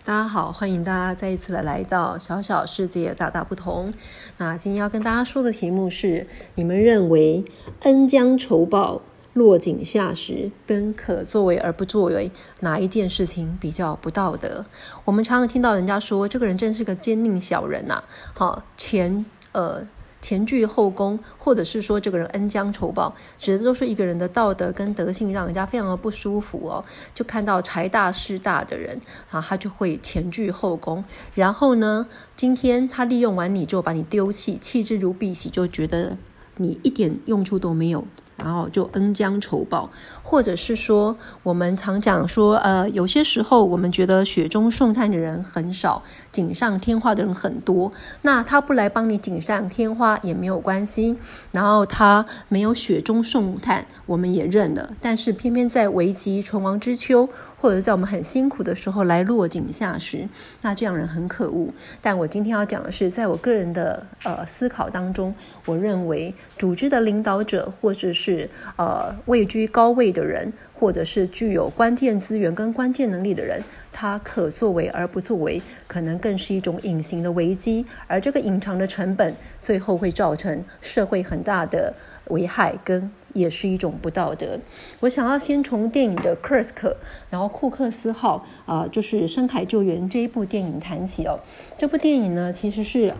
大家好，欢迎大家再一次的来到小小世界大大不同。那今天要跟大家说的题目是：你们认为恩将仇报、落井下石跟可作为而不作为，哪一件事情比较不道德？我们常常听到人家说，这个人真是个奸佞小人呐、前倨后恭，或者是说这个人恩将仇报，指的都是一个人的道德跟德性让人家非常的不舒服哦。就看到财大势大的人他就会前倨后恭，然后呢，今天他利用完你之后把你丢弃，弃之如敝屣，就觉得你一点用处都没有，然后就恩将仇报。或者是说我们常讲说有些时候我们觉得雪中送炭的人很少，锦上添花的人很多，那他不来帮你锦上添花也没有关系，然后他没有雪中送炭我们也认了，但是偏偏在危急存亡之秋，或者在我们很辛苦的时候来落井下石，那这样人很可恶。但我今天要讲的是，在我个人的思考当中，我认为组织的领导者，或者是位居高位的人，或者是具有关键资源跟关键能力的人，他可作为而不作为，可能更是一种隐形的危机，而这个隐藏的成本最后会造成社会很大的危害，跟也是一种不道德。我想要先从电影的 Kursk 然后库克斯号就是深海救援这一部电影谈起哦。这部电影呢其实是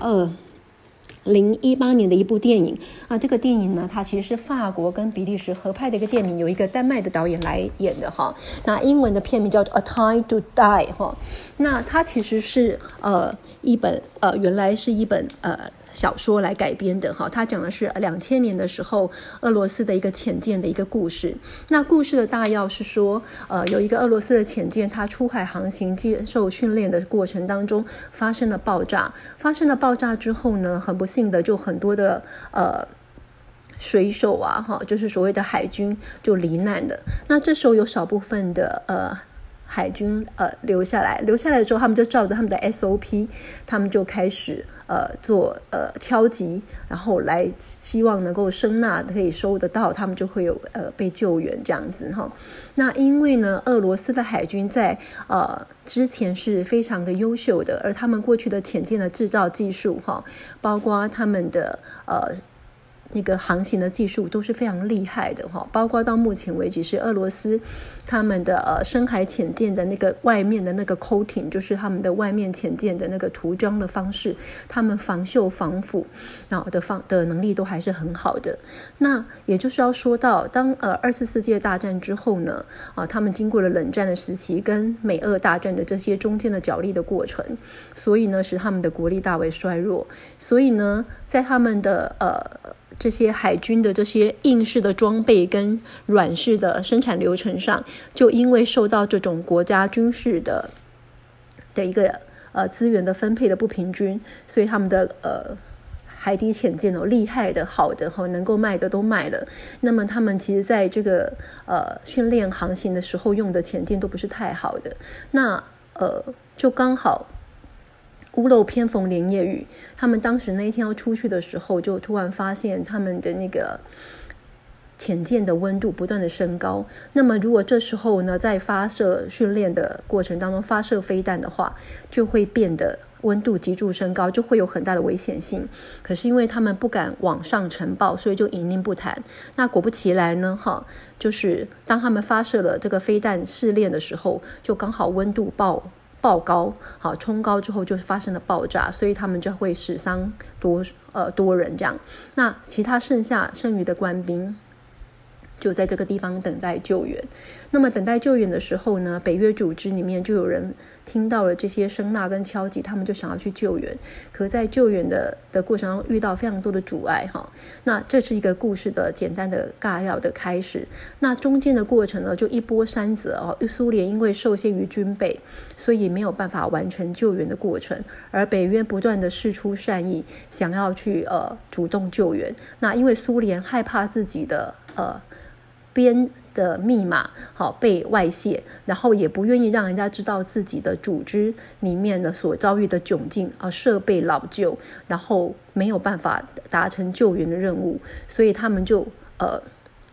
2018年的一部电影这个电影呢，它其实是法国跟比利时合拍的一个电影，有一个丹麦的导演来演的哈。那英文的片名叫做 A Time to Die 哈。那它其实是一本原来是一本小说来改编的哈。它讲的是2000年的时候俄罗斯的一个潜舰的一个故事。那故事的大要是说有一个俄罗斯的潜舰，它出海航行接受训练的过程当中发生了爆炸之后呢，很不幸的就很多的水手就是所谓的海军就罹难了。那这时候有少部分的海军留下来之后，他们就照着他们的 SOP， 他们就开始做敲击，然后来希望能够声纳可以收得到，他们就会有被救援这样子哈。那因为呢，俄罗斯的海军在之前是非常的优秀的，而他们过去的潜舰的制造技术包括他们的那个航行的技术都是非常厉害的包括到目前为止是俄罗斯他们的深海潜舰的那个外面的那个 coating， 就是他们的外面潜舰的那个涂装的方式，他们防锈防腐的能力都还是很好的。那也就是要说到当二次世界大战之后呢他们经过了冷战的时期跟美俄大战的这些中间的角力的过程，所以呢使他们的国力大为衰弱。所以呢在他们的这些海军的这些硬式的装备跟软式的生产流程上，就因为受到这种国家军事的一个资源的分配的不平均，所以他们的海底潜舰厉害的好的能够卖的都卖了。那么他们其实在这个训练航行的时候用的潜舰都不是太好的。那就刚好屋漏偏逢连夜雨，他们当时那一天要出去的时候，就突然发现他们的那个潜舰的温度不断的升高。那么如果这时候呢在发射训练的过程当中发射飞弹的话，就会变得温度急剧升高，就会有很大的危险性。可是因为他们不敢往上呈报，所以就隐匿不谈。那果不其然呢就是当他们发射了这个飞弹试炼的时候，就刚好温度爆高冲高之后就发生了爆炸，所以他们就会死伤多人这样。那其他剩余的官兵就在这个地方等待救援。那么等待救援的时候呢，北约组织里面就有人听到了这些声呐跟敲击，他们就想要去救援，可在救援的过程中遇到非常多的阻碍那这是一个故事的简单的概要的开始。那中间的过程呢就一波三折苏联因为受限于军备，所以没有办法完成救援的过程，而北约不断的释出善意，想要去主动救援。那因为苏联害怕自己的编的密码被外泄，然后也不愿意让人家知道自己的组织里面的所遭遇的窘境设备老旧，然后没有办法达成救援的任务，所以他们就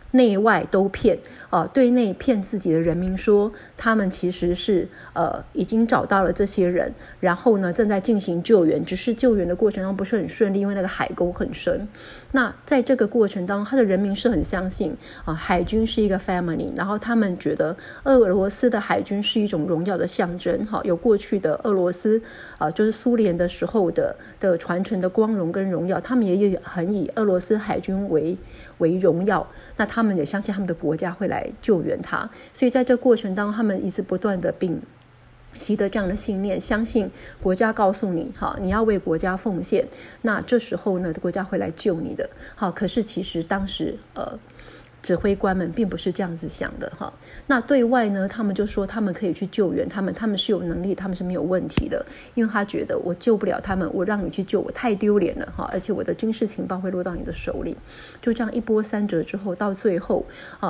内外都骗对内骗自己的人民说他们其实是已经找到了这些人，然后呢正在进行救援，只是救援的过程中不是很顺利，因为那个海沟很深。那在这个过程当中，他的人民是很相信海军是一个 family， 然后他们觉得俄罗斯的海军是一种荣耀的象征有过去的俄罗斯就是苏联的时候的传承的光荣跟荣耀，他们也很以俄罗斯海军为荣耀，那他们也相信他们的国家会来救援他，所以在这过程当中他们一直不断的习得这样的信念，相信国家告诉你你要为国家奉献，那这时候呢国家会来救你的可是其实当时指挥官们并不是这样子想的那对外呢他们就说他们可以去救援他们是有能力，他们是没有问题的，因为他觉得我救不了他们，我让你去救我太丢脸了而且我的军事情报会落到你的手里。就这样一波三折之后，到最后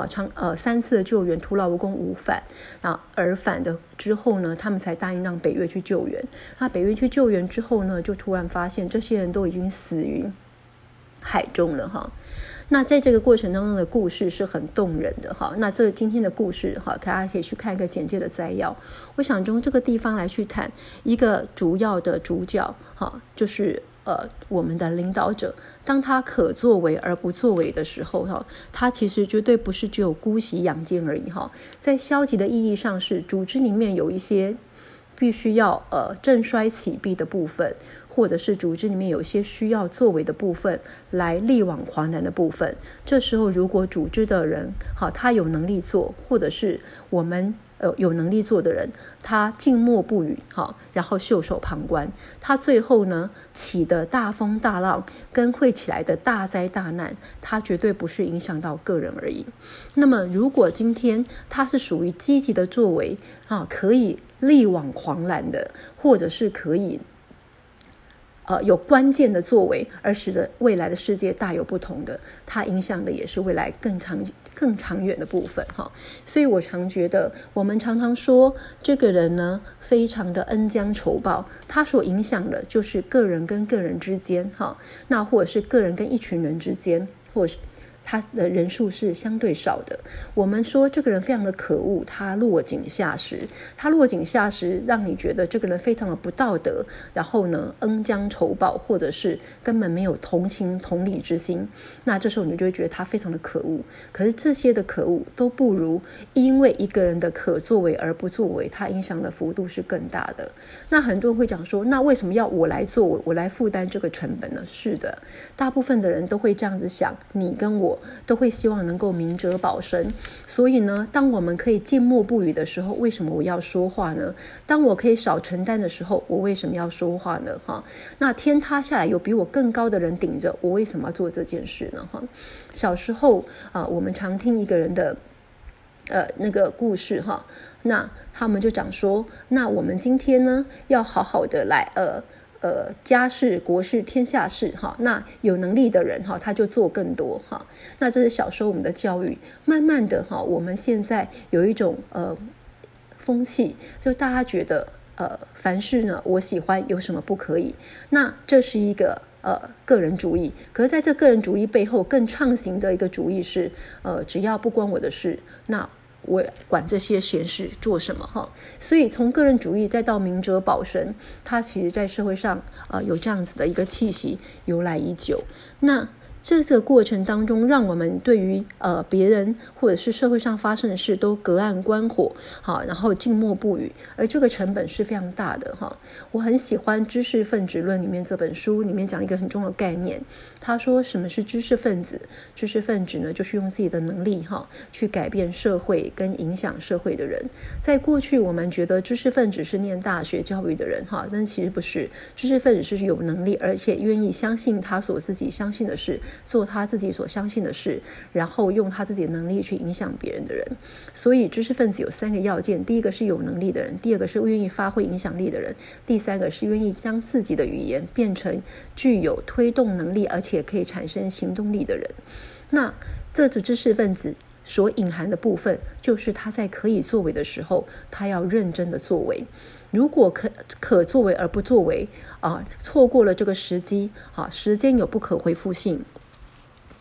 3次的救援徒劳无功无返，而返的之后呢他们才答应让北约去救援。那北约去救援之后呢，就突然发现这些人都已经死于海中了那在这个过程当中的故事是很动人的那这今天的故事大家可以去看一个简介的摘要。我想从这个地方来去谈一个主要的主角就是我们的领导者，当他可作为而不作为的时候他其实绝对不是只有姑息养奸而已在消极的意义上是组织里面有一些必须要振衰起弊的部分，或者是组织里面有一些需要作为的部分来力挽狂澜的部分。这时候如果组织的人他有能力做，或者是我们有能力做的人他静默不语然后袖手旁观，他最后呢起的大风大浪跟会起来的大灾大难，他绝对不是影响到个人而已。那么如果今天他是属于积极的作为可以力挽狂澜的，或者是可以有关键的作为而使得未来的世界大有不同的，它影响的也是未来更长远的部分所以我常觉得我们常常说这个人呢非常的恩将仇报，他所影响的就是个人跟个人之间那或者是个人跟一群人之间，或者是他的人数是相对少的。我们说这个人非常的可恶，他落井下石，让你觉得这个人非常的不道德，然后呢恩将仇报，或者是根本没有同情同理之心，那这时候你就会觉得他非常的可恶。可是这些的可恶都不如因为一个人的可作为而不作为，他影响的幅度是更大的。那很多人会讲说，那为什么要我来做，我来负担这个成本呢？是的，大部分的人都会这样子想，你跟我都会希望能够明哲保身。所以呢当我们可以静默不语的时候，为什么我要说话呢？当我可以少承担的时候，我为什么要说话呢那天塌下来有比我更高的人顶着，我为什么要做这件事呢小时候我们常听一个人的那个故事那他们就讲说，那我们今天呢要好好的来家事国事天下事那有能力的人他就做更多那这是小时候我们的教育。慢慢的我们现在有一种风气，就大家觉得凡事呢我喜欢，有什么不可以，那这是一个个人主义。可是在这个人主义背后更畅行的一个主义是只要不关我的事，那我管这些闲事做什么所以从个人主义再到明哲保身，它其实在社会上有这样子的一个气息由来已久。那这个过程当中，让我们对于别人或者是社会上发生的事都隔岸观火然后静默不语，而这个成本是非常大的我很喜欢《知识分子论》里面这本书里面讲一个很重要的概念，他说什么是知识分子？知识分子呢就是用自己的能力去改变社会跟影响社会的人。在过去我们觉得知识分子是念大学教育的人但其实不是，知识分子是有能力而且愿意相信他所自己相信的事，做他自己所相信的事，然后用他自己的能力去影响别人的人。所以知识分子有3个要件，第一个是有能力的人，第二个是愿意发挥影响力的人，第三个是愿意将自己的语言变成具有推动能力而且可以产生行动力的人。那这种知识分子所隐含的部分，就是他在可以作为的时候，他要认真的作为。如果可作为而不作为错过了这个时机时间有不可回复性，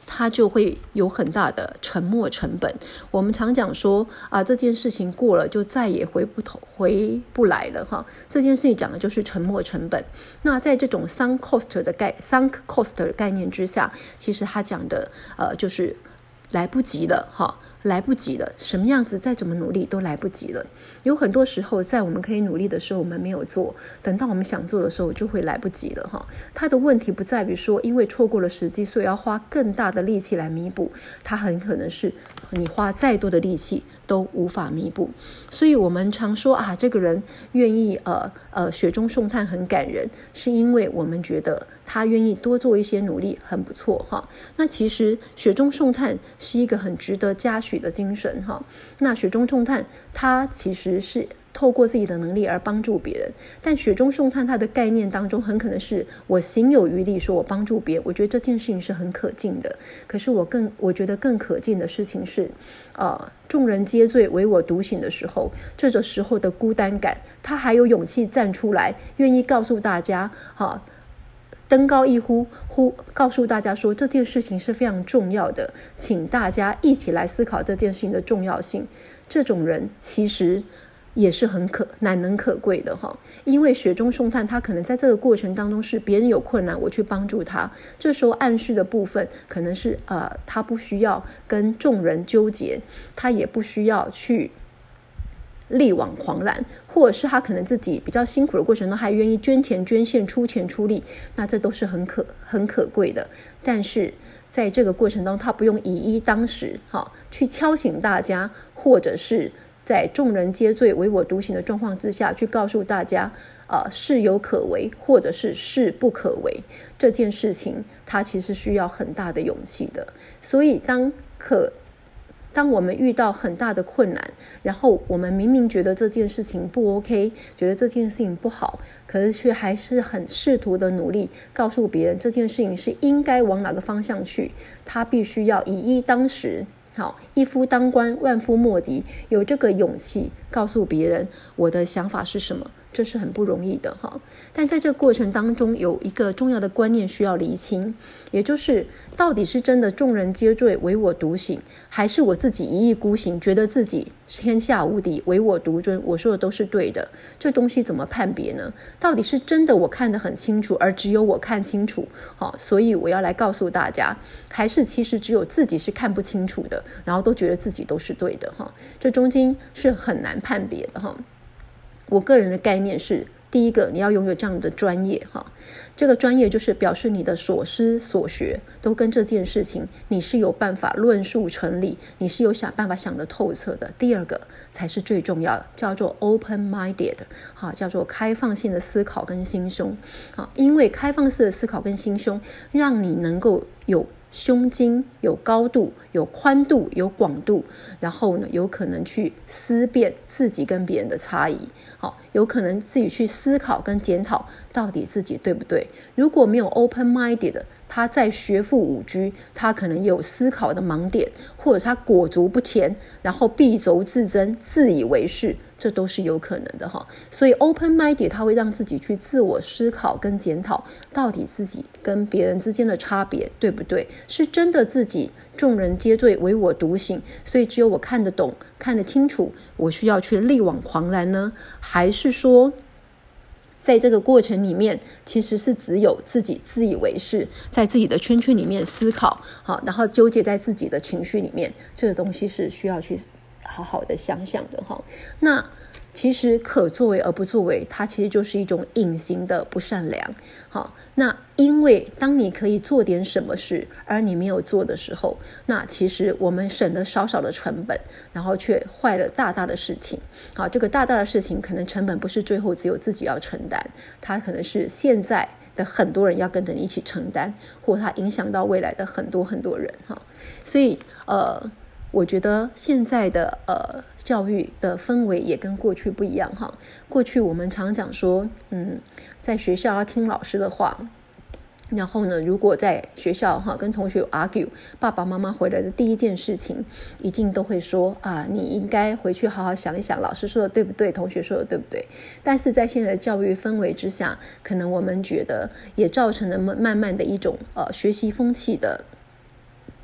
它就会有很大的沉没成本。我们常讲说这件事情过了就再也回不来了哈。这件事情讲的就是沉没成本。那在这种 sunk cost 的概念之下，其实他讲的就是来不及了哈。来不及了，什么样子再怎么努力都来不及了。有很多时候在我们可以努力的时候我们没有做，等到我们想做的时候就会来不及了哈。它的问题不在于说因为错过了时机所以要花更大的力气来弥补，它很可能是你花再多的力气都无法弥补。所以我们常说这个人愿意雪中送炭很感人，是因为我们觉得他愿意多做一些努力很不错哈。那其实雪中送炭是一个很值得嘉许的精神哈。那雪中送炭它其实是透过自己的能力而帮助别人，但雪中送炭它的概念当中很可能是我行有余力说我帮助别人，我觉得这件事情是很可敬的。可是我觉得更可敬的事情是众人皆醉唯我独醒的时候，这个时候的孤单感，他还有勇气站出来愿意告诉大家登高一呼告诉大家说这件事情是非常重要的，请大家一起来思考这件事情的重要性。这种人其实也是很难能可贵的哈。因为雪中送炭他可能在这个过程当中是别人有困难我去帮助他，这时候暗示的部分可能是他不需要跟众人纠结，他也不需要去力挽狂澜，或者是他可能自己比较辛苦的过程中还愿意捐钱捐献出钱出力，那这都是很可贵的。但是在这个过程当中他不用以一当十去敲醒大家，或者是在众人皆醉唯我独醒的状况之下去告诉大家是有可为或者是事不可为，这件事情它其实需要很大的勇气的。所以当我们遇到很大的困难，然后我们明明觉得这件事情不 OK， 觉得这件事情不好，可是却还是很试图的努力告诉别人这件事情是应该往哪个方向去，他必须要以一当十，一夫当关万夫莫敌，有这个勇气告诉别人我的想法是什么，这是很不容易的哈。但在这个过程当中有一个重要的观念需要厘清，也就是到底是真的众人皆醉唯我独醒，还是我自己一意孤行，觉得自己天下无敌唯我独尊，我说的都是对的，这东西怎么判别呢？到底是真的我看得很清楚而只有我看清楚所以我要来告诉大家，还是其实只有自己是看不清楚的，然后都觉得自己都是对的这中间是很难判别的我个人的概念是，第一个你要拥有这样的专业这个专业就是表示你的所思所学都跟这件事情你是有办法论述成立，你是有办法想得透彻的。第二个才是最重要的，叫做 open-minded 叫做开放性的思考跟心胸因为开放式的思考跟心胸让你能够有胸襟，有高度，有宽度，有广度，然后呢有可能去思辨自己跟别人的差异有可能自己去思考跟检讨到底自己对不对。如果没有 open-minded， 他在学富5G，他可能也有思考的盲点，或者他裹足不前，然后敝帚自珍，自以为是，这都是有可能的所以 open-minded 他会让自己去自我思考跟检讨到底自己跟别人之间的差别对不对，是真的自己众人皆醉唯我独醒，所以只有我看得懂看得清楚，我需要去力挽狂澜呢？还是说在这个过程里面其实是只有自己自以为是，在自己的圈圈里面思考然后纠结在自己的情绪里面，这个东西是需要去好好的想想的那其实可作为而不作为，它其实就是一种隐形的不善良那因为当你可以做点什么事而你没有做的时候，那其实我们省了少少的成本，然后却坏了大大的事情这个大大的事情可能成本不是最后只有自己要承担，它可能是现在的很多人要跟着你一起承担，或它影响到未来的很多很多人所以我觉得现在的教育的氛围也跟过去不一样过去我们常讲说在学校要听老师的话，然后呢如果在学校跟同学有 argue， 爸爸妈妈回来的第一件事情一定都会说你应该回去好好想一想老师说的对不对，同学说的对不对。但是在现在的教育氛围之下，可能我们觉得也造成了慢慢的一种学习风气的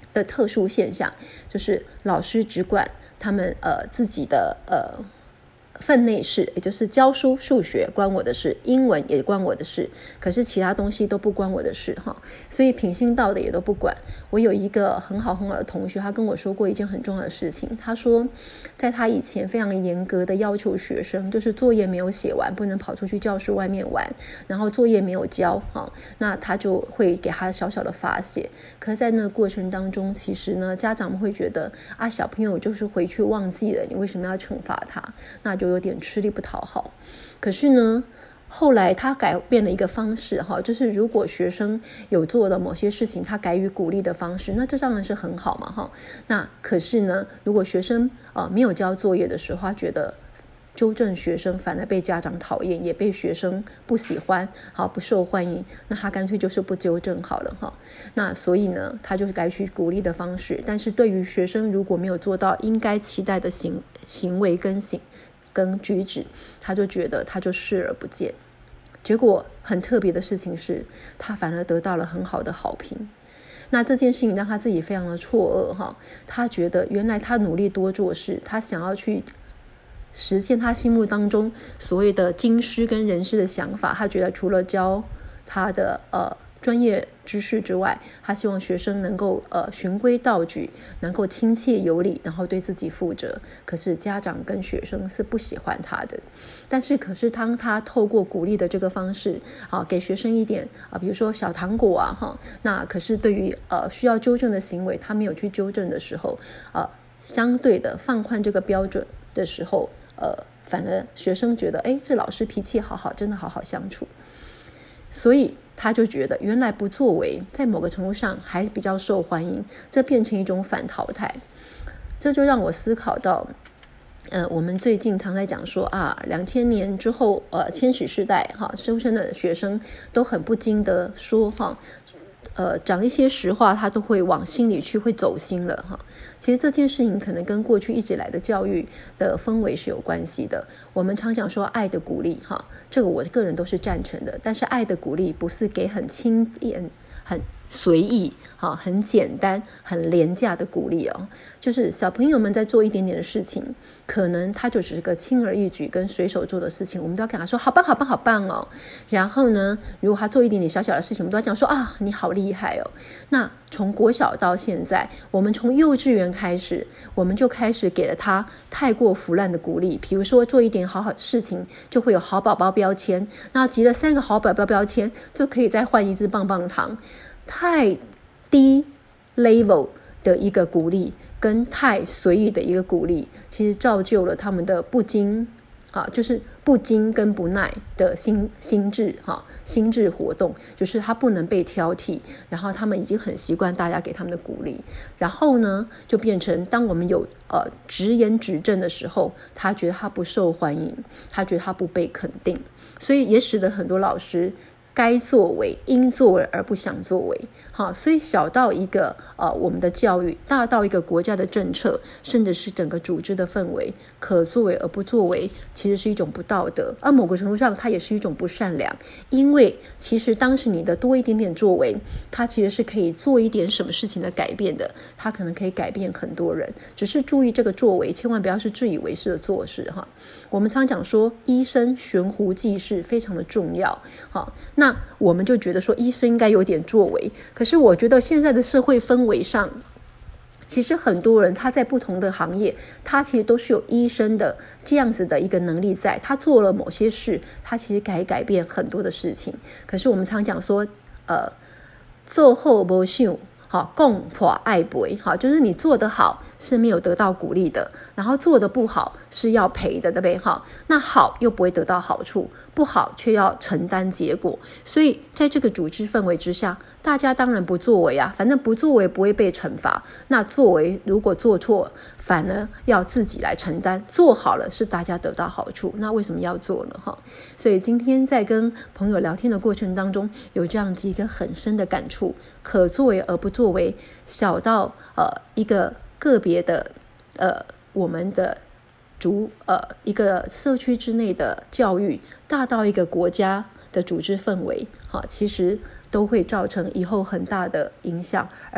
的特殊现象，就是老师只管他们自己的分内事，也就是教书数学关我的事，英文也关我的事，可是其他东西都不关我的事哈，所以品性道德也都不管。我有一个很好的同学，他跟我说过一件很重要的事情，他说在他以前非常严格的要求学生，就是作业没有写完不能跑出去教室外面玩，然后作业没有交那他就会给他小小的罚写。可是在那个过程当中，其实呢家长们会觉得小朋友就是回去忘记了，你为什么要惩罚他，那就有点吃力不讨好。可是呢后来他改变了一个方式就是如果学生有做的某些事情他给予鼓励的方式，那这当然是很好嘛那可是呢如果学生没有交作业的时候，他觉得纠正学生反而被家长讨厌，也被学生不喜欢不受欢迎，那他干脆就是不纠正好了那所以呢他就是改取鼓励的方式，但是对于学生如果没有做到应该期待的行为跟举止，他就觉得他就视而不见。结果很特别的事情是，他反而得到了很好的好评。那这件事情让他自己非常的错愕他觉得原来他努力多做事，他想要去实现他心目当中所谓的经师跟人师的想法，他觉得除了教他的专业知识之外，他希望学生能够循规蹈矩，能够亲切有礼，然后对自己负责。可是家长跟学生是不喜欢他的。可是当他透过鼓励的这个方式给学生一点比如说小糖果那可是对于需要纠正的行为他没有去纠正的时候相对的放宽这个标准的时候反而学生觉得这老师脾气好好，真的好好相处。所以他就觉得原来不作为在某个程度上还比较受欢迎，这变成一种反淘汰。这就让我思考到我们最近常在讲说2000年之后千禧世代出生的学生都很不经得说讲一些实话他都会往心里去，会走心了其实这件事情可能跟过去一直来的教育的氛围是有关系的。我们常讲说爱的鼓励这个我个人都是赞成的，但是爱的鼓励不是给很轻便很随意很简单很廉价的鼓励就是小朋友们在做一点点的事情，可能他就只是个轻而易举跟随手做的事情，我们都要跟他说好棒好棒好棒然后呢如果他做一点点小小的事情，我们都要讲说你好厉害那从国小到现在，我们从幼稚园开始，我们就开始给了他太过腐烂的鼓励。比如说做一点好事情就会有好宝宝标签，那集了3个好宝宝标签就可以再换1支棒棒糖。太低 level 的一个鼓励跟太随意的一个鼓励，其实造就了他们的不精就是不精跟不耐的心智活动，就是他不能被挑剔，然后他们已经很习惯大家给他们的鼓励，然后呢就变成当我们有直言指正的时候，他觉得他不受欢迎，他觉得他不被肯定，所以也使得很多老师该作为应作为而不想作为所以小到一个我们的教育，大到一个国家的政策，甚至是整个组织的氛围，可作为而不作为其实是一种不道德，而某个程度上它也是一种不善良。因为其实当时你的多一点点作为，它其实是可以做一点什么事情的改变的，它可能可以改变很多人。只是注意这个作为千万不要是自以为是的做事我们常讲说医生悬壶济世非常的重要那我们就觉得说医生应该有点作为，可是我觉得现在的社会氛围上，其实很多人他在不同的行业，他其实都是有医生的这样子的一个能力在，他做了某些事，他其实改变很多的事情。可是我们常讲说做后没想共破爱赔就是你做得好是没有得到鼓励的，然后做得不好是要赔的，对不对那好又不会得到好处，不好却要承担结果。所以在这个组织氛围之下，大家当然不作为反正不作为不会被惩罚，那作为如果做错反而要自己来承担，做好了是大家得到好处，那为什么要做呢所以今天在跟朋友聊天的过程当中，有这样子一个很深的感触，可作为而不作为，小到一个个别的我们的一个社区之内的教育，大到一个国家的组织氛围其实都会造成以后很大的影响，而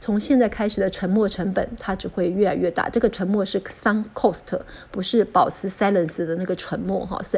从现在开始的沉没成本它只会越来越大。这个沉没是 sunk cost， 不是保持 silence 的那个沉没，是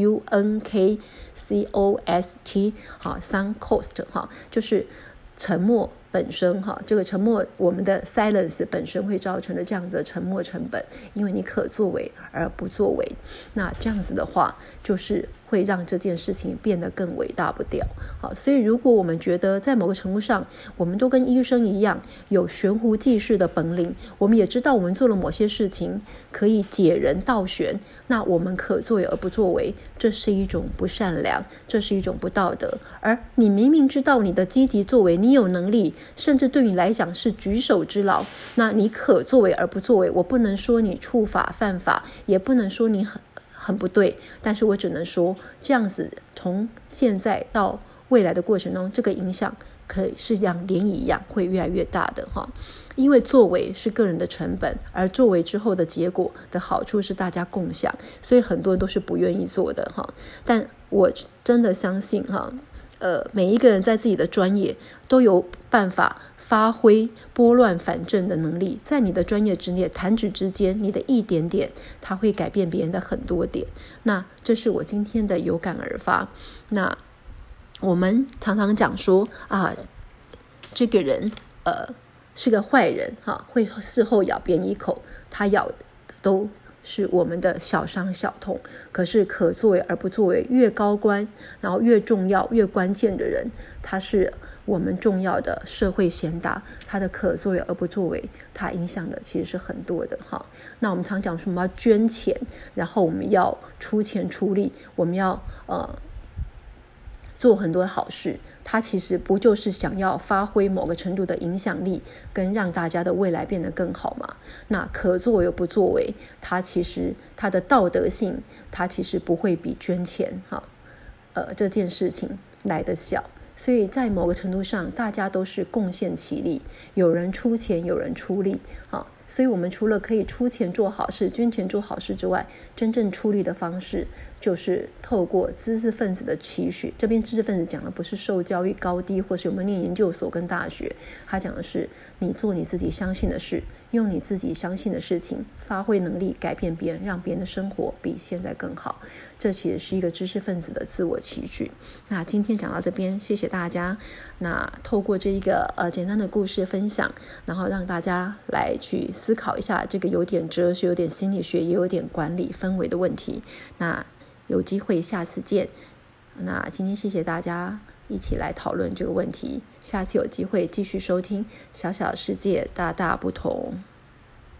SUNKCOST， sunk cost， 就是沉没本身，这个沉没我们的 silence 本身会造成的这样子的沉没成本，因为你可作为而不作为，那这样子的话就是会让这件事情变得更伟大不掉。好，所以如果我们觉得在某个程度上我们都跟医生一样有悬壶济世的本领，我们也知道我们做了某些事情可以解人倒悬，那我们可作为而不作为，这是一种不善良，这是一种不道德。而你明明知道你的积极作为，你有能力，甚至对你来讲是举手之劳，那你可作为而不作为，我不能说你触法犯法，也不能说你很不对，但是我只能说这样子从现在到未来的过程中，这个影响可以是像涟漪一样会越来越大的因为作为是个人的成本，而作为之后的结果的好处是大家共享，所以很多人都是不愿意做的但我真的相信每一个人在自己的专业都有办法发挥拨乱反正的能力，在你的专业之内弹指之间，你的一点点它会改变别人的很多点。那这是我今天的有感而发。那我们常常讲说这个人是个坏人会事后咬别人一口，他咬的都是我们的小伤小痛，可是可作为而不作为，越高官然后越重要越关键的人，他是我们重要的社会贤达，他的可作为而不作为，他影响的其实是很多的那我们常讲什么要捐钱，然后我们要出钱出力，我们要做很多好事，他其实不就是想要发挥某个程度的影响力，跟让大家的未来变得更好吗？那可作为而不作为，他其实他的道德性，他其实不会比捐钱这件事情来得小。所以在某个程度上，大家都是贡献其力，有人出钱，有人出力所以我们除了可以出钱做好事，捐钱做好事之外，真正出力的方式就是透过知识分子的期许。这边知识分子讲的不是受教育高低，或是有没有念研究所跟大学，他讲的是你做你自己相信的事，用你自己相信的事情发挥能力，改变别人，让别人的生活比现在更好。这其实是一个知识分子的自我期许。那今天讲到这边，谢谢大家。那透过这一个简单的故事分享，然后让大家来去思考一下这个有点哲学，有点心理学，也有点管理氛围的问题。那有机会下次见。那今天谢谢大家一起来讨论这个问题，下次有机会继续收听小小世界大大不同。